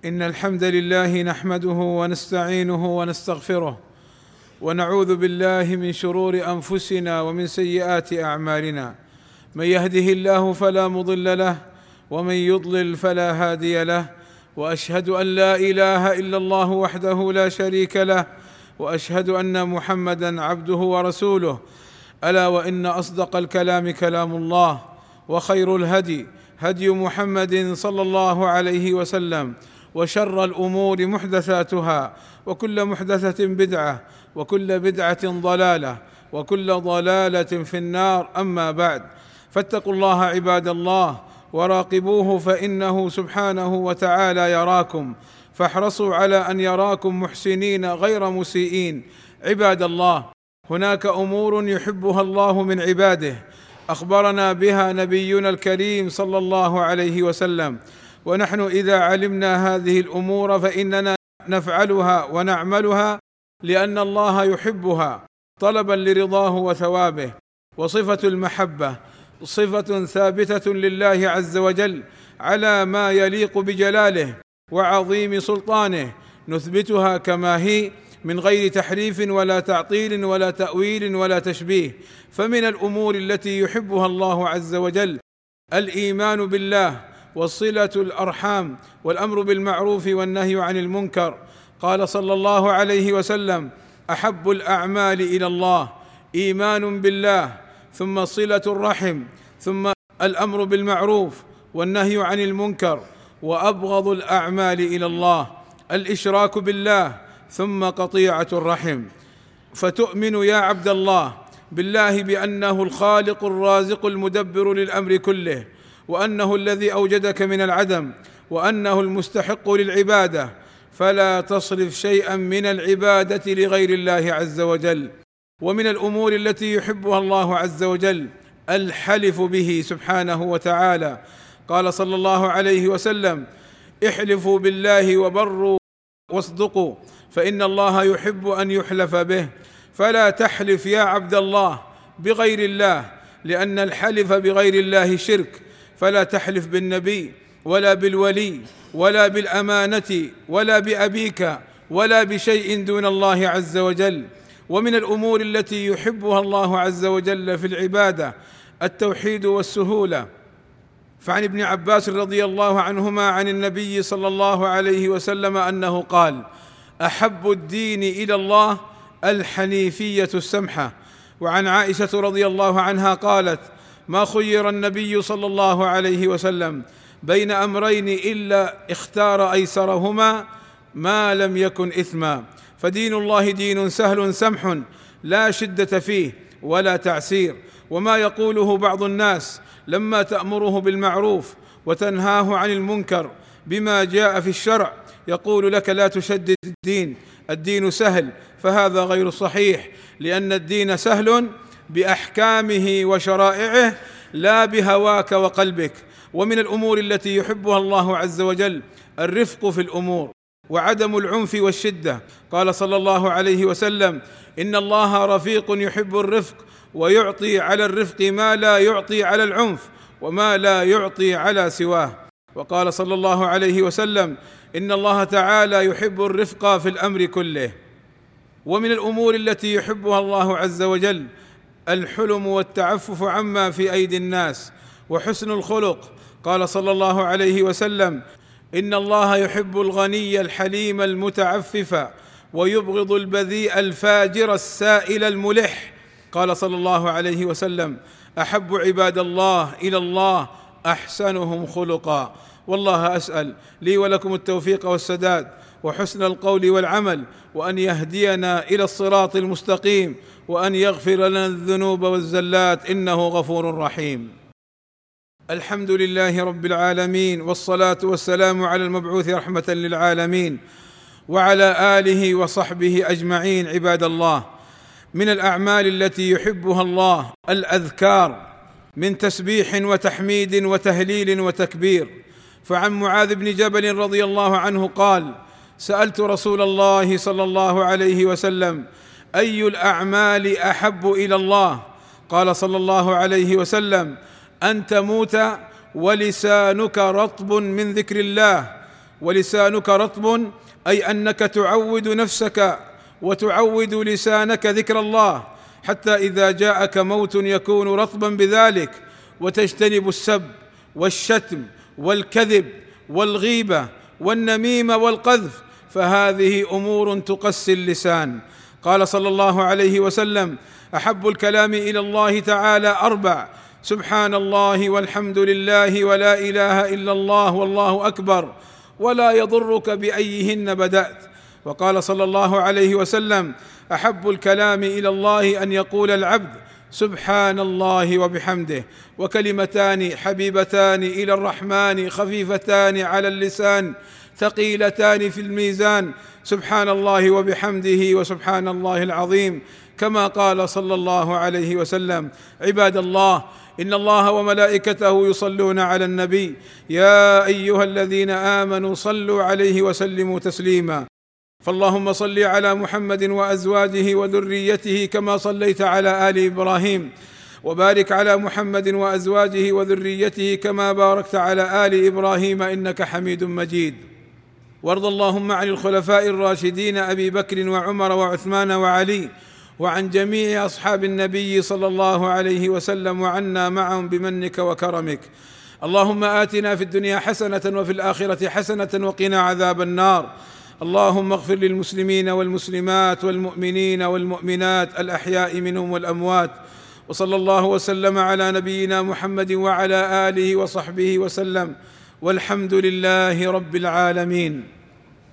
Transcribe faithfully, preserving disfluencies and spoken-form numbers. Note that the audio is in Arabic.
إن الحمد لله نحمده ونستعينه ونستغفره ونعوذ بالله من شرور أنفسنا ومن سيئات أعمالنا. من يهده الله فلا مضل له ومن يضلل فلا هادي له، وأشهد أن لا إله إلا الله وحده لا شريك له، وأشهد أن محمدًا عبده ورسوله. ألا وإن أصدق الكلام كلام الله، وخير الهدي هدي محمد صلى الله عليه وسلم، وشر الأمور محدثاتها، وكل محدثة بدعة، وكل بدعة ضلالة، وكل ضلالة في النار. أما بعد، فاتقوا الله عباد الله وراقبوه، فإنه سبحانه وتعالى يراكم، فاحرصوا على أن يراكم محسنين غير مسيئين. عباد الله، هناك أمور يحبها الله من عباده أخبرنا بها نبينا الكريم صلى الله عليه وسلم، ونحن إذا علمنا هذه الأمور فإننا نفعلها ونعملها لأن الله يحبها طلبا لرضاه وثوابه. وصفة المحبة صفة ثابتة لله عز وجل على ما يليق بجلاله وعظيم سلطانه، نثبتها كما هي من غير تحريف ولا تعطيل ولا تأويل ولا تشبيه. فمن الأمور التي يحبها الله عز وجل الإيمان بالله، وصلة الأرحام، والأمر بالمعروف والنهي عن المنكر. قال صلى الله عليه وسلم: أحب الأعمال إلى الله إيمان بالله، ثم صلة الرحم، ثم الأمر بالمعروف والنهي عن المنكر، وأبغض الأعمال إلى الله الإشراك بالله، ثم قطيعة الرحم. فتؤمن يا عبد الله بالله بأنه الخالق الرازق المدبر للأمر كله، وأنه الذي أوجدك من العدم، وأنه المستحق للعبادة، فلا تصرف شيئا من العبادة لغير الله عز وجل. ومن الأمور التي يحبها الله عز وجل الحلف به سبحانه وتعالى. قال صلى الله عليه وسلم: احلفوا بالله وبروا واصدقوا، فإن الله يحب أن يحلف به. فلا تحلف يا عبد الله بغير الله، لأن الحلف بغير الله شرك. فلا تحلف بالنبي ولا بالولي ولا بالأمانة ولا بأبيك ولا بشيء دون الله عز وجل. ومن الأمور التي يحبها الله عز وجل في العبادة التوحيد والسهولة. فعن ابن عباس رضي الله عنهما عن النبي صلى الله عليه وسلم أنه قال: أحب الدين إلى الله الحنيفية السمحة. وعن عائشة رضي الله عنها قالت: ما خير النبي صلى الله عليه وسلم بين أمرين إلا اختار أيسرهما ما لم يكن إثما. فدين الله دين سهل سمح لا شدة فيه ولا تعسير. وما يقوله بعض الناس لما تأمره بالمعروف وتنهاه عن المنكر بما جاء في الشرع، يقول لك: لا تشدد الدين، الدين سهل. فهذا غير صحيح، لأن الدين سهل بأحكامه وشرائعه لا بهواك وقلبك. ومن الأمور التي يحبها الله عز وجل الرفق في الأمور وعدم العنف والشدة. قال صلى الله عليه وسلم: إن الله رفيق يحب الرفق، ويعطي على الرفق ما لا يعطي على العنف، وما لا يعطي على سواه. وقال صلى الله عليه وسلم: إن الله تعالى يحب الرفق في الأمر كله. ومن الأمور التي يحبها الله عز وجل الحلم والتعفف عما في أيدي الناس وحسن الخلق. قال صلى الله عليه وسلم: إن الله يحب الغني الحليم المتعفف، ويبغض البذيء الفاجر السائل الملح. قال صلى الله عليه وسلم: أحب عباد الله إلى الله أحسنهم خلقا. والله أسأل لي ولكم التوفيق والسداد وحسن القول والعمل، وأن يهدينا إلى الصراط المستقيم، وأن يغفر لنا الذنوب والزلات، إنه غفور رحيم. الحمد لله رب العالمين، والصلاة والسلام على المبعوث رحمة للعالمين، وعلى آله وصحبه أجمعين. عباد الله، من الأعمال التي يحبها الله الأذكار من تسبيح وتحميد وتهليل وتكبير. فعن معاذ بن جبل رضي الله عنه قال: سألت رسول الله صلى الله عليه وسلم: أي الأعمال أحب إلى الله؟ قال صلى الله عليه وسلم: أن تموت ولسانك رطب من ذكر الله، ولسانك رطب أي أنك تعود نفسك وتعود لسانك ذكر الله، حتى إذا جاءك موت يكون رطبا بذلك، وتجتنب السب والشتم والكذب والغيبة والنميمة والقذف، فهذه أمور تقسي اللسان. قال صلى الله عليه وسلم: أحب الكلام إلى الله تعالى أربع: سبحان الله والحمد لله ولا إله إلا الله والله أكبر، ولا يضرك بأيهن بدأت. وقال صلى الله عليه وسلم: أحب الكلام إلى الله أن يقول العبد سبحان الله وبحمده، وكلمتان حبيبتان إلى الرحمن خفيفتان على اللسان ثقيلتان في الميزان، سبحان الله وبحمده وسبحان الله العظيم، كما قال صلى الله عليه وسلم. عباد الله، إن الله وملائكته يصلون على النبي، يا أيها الذين آمنوا صلوا عليه وسلموا تسليما. فاللهم صل على محمد وأزواجه وذريته كما صليت على آل إبراهيم، وبارك على محمد وأزواجه وذريته كما باركت على آل إبراهيم إنك حميد مجيد. وارض اللهم عن الخلفاء الراشدين أبي بكر وعمر وعثمان وعلي، وعن جميع أصحاب النبي صلى الله عليه وسلم، وعنا معهم بمنك وكرمك. اللهم آتنا في الدنيا حسنة وفي الآخرة حسنة وقنا عذاب النار. اللهم اغفر للمسلمين والمسلمات والمؤمنين والمؤمنات الأحياء منهم والأموات، وصلى الله وسلم على نبينا محمد وعلى آله وصحبه وسلم، والحمد لله رب العالمين.